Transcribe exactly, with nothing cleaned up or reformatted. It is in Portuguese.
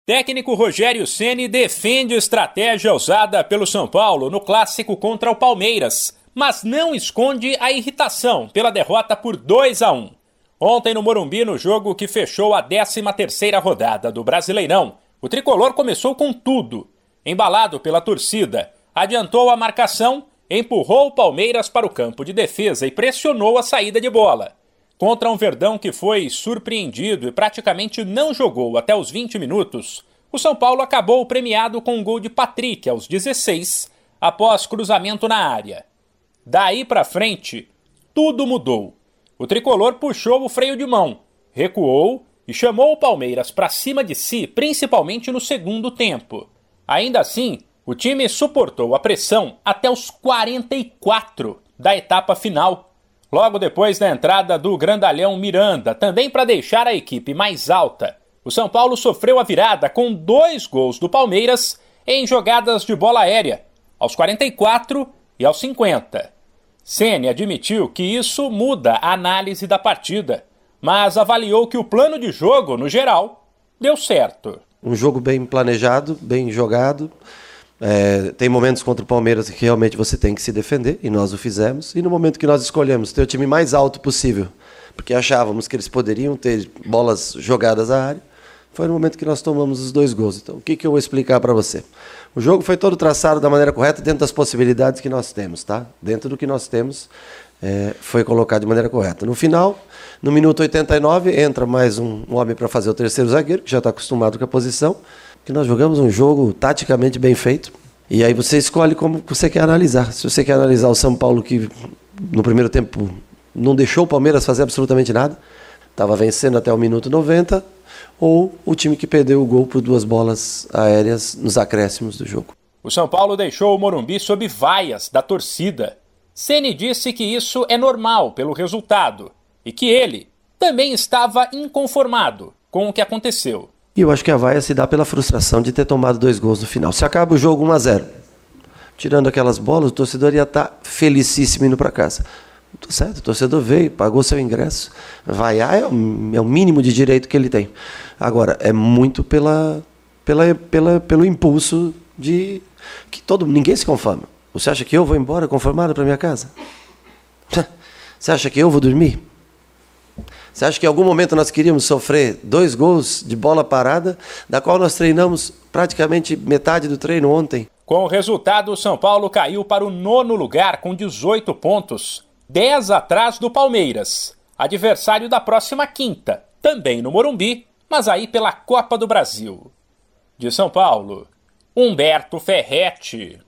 Técnico Rogério Ceni defende a estratégia usada pelo São Paulo no clássico contra o Palmeiras, mas não esconde a irritação pela derrota por dois a um. Ontem no Morumbi, no jogo que fechou a décima terceira rodada do Brasileirão, o tricolor começou com tudo. Embalado pela torcida, adiantou a marcação, empurrou o Palmeiras para o campo de defesa e pressionou a saída de bola. Contra um Verdão que foi surpreendido e praticamente não jogou até os vinte minutos, o São Paulo acabou premiado com um gol de Patrick aos dezesseis, após cruzamento na área. Daí para frente, tudo mudou. O tricolor puxou o freio de mão, recuou e chamou o Palmeiras para cima de si, principalmente no segundo tempo. Ainda assim, o time suportou a pressão até os quarenta e quatro da etapa final. Logo depois da entrada do grandalhão Miranda, também para deixar a equipe mais alta, o São Paulo sofreu a virada com dois gols do Palmeiras em jogadas de bola aérea, aos quarenta e quatro e aos cinquenta. Ceni admitiu que isso muda a análise da partida, mas avaliou que o plano de jogo, no geral, deu certo. Um jogo bem planejado, bem jogado. É, tem momentos contra o Palmeiras que realmente você tem que se defender, e nós o fizemos. E no momento que nós escolhemos ter o time mais alto possível, porque achávamos que eles poderiam ter bolas jogadas à área, foi no momento que nós tomamos os dois gols. Então, o que, que eu vou explicar para você? O jogo foi todo traçado da maneira correta, dentro das possibilidades que nós temos, tá? Dentro do que nós temos, é, foi colocado de maneira correta. No final, no minuto oitenta e nove, entra mais um, um homem para fazer o terceiro zagueiro, que já está acostumado com a posição, que nós jogamos um jogo taticamente bem feito, e aí você escolhe como você quer analisar. Se você quer analisar o São Paulo, que no primeiro tempo não deixou o Palmeiras fazer absolutamente nada, estava vencendo até o minuto noventa, ou o time que perdeu o gol por duas bolas aéreas nos acréscimos do jogo. O São Paulo deixou o Morumbi sob vaias da torcida. Ceni disse que isso é normal pelo resultado, e que ele também estava inconformado com o que aconteceu. E eu acho que a vaia se dá pela frustração de ter tomado dois gols no final. Se acaba o jogo um a zero, tirando aquelas bolas, o torcedor ia estar felicíssimo indo para casa. Tô certo, o torcedor veio, pagou seu ingresso. Vaiar é o, é o mínimo de direito que ele tem. Agora, é muito pela, pela, pela, pelo impulso de que todo, ninguém se conforma. Você acha que eu vou embora conformado para minha casa? Você acha que eu vou dormir? Você acha que em algum momento nós queríamos sofrer dois gols de bola parada, da qual nós treinamos praticamente metade do treino ontem? Com o resultado, o São Paulo caiu para o nono lugar com dezoito pontos, dez atrás do Palmeiras, adversário da próxima quinta, também no Morumbi, mas aí pela Copa do Brasil. De São Paulo, Humberto Ferretti.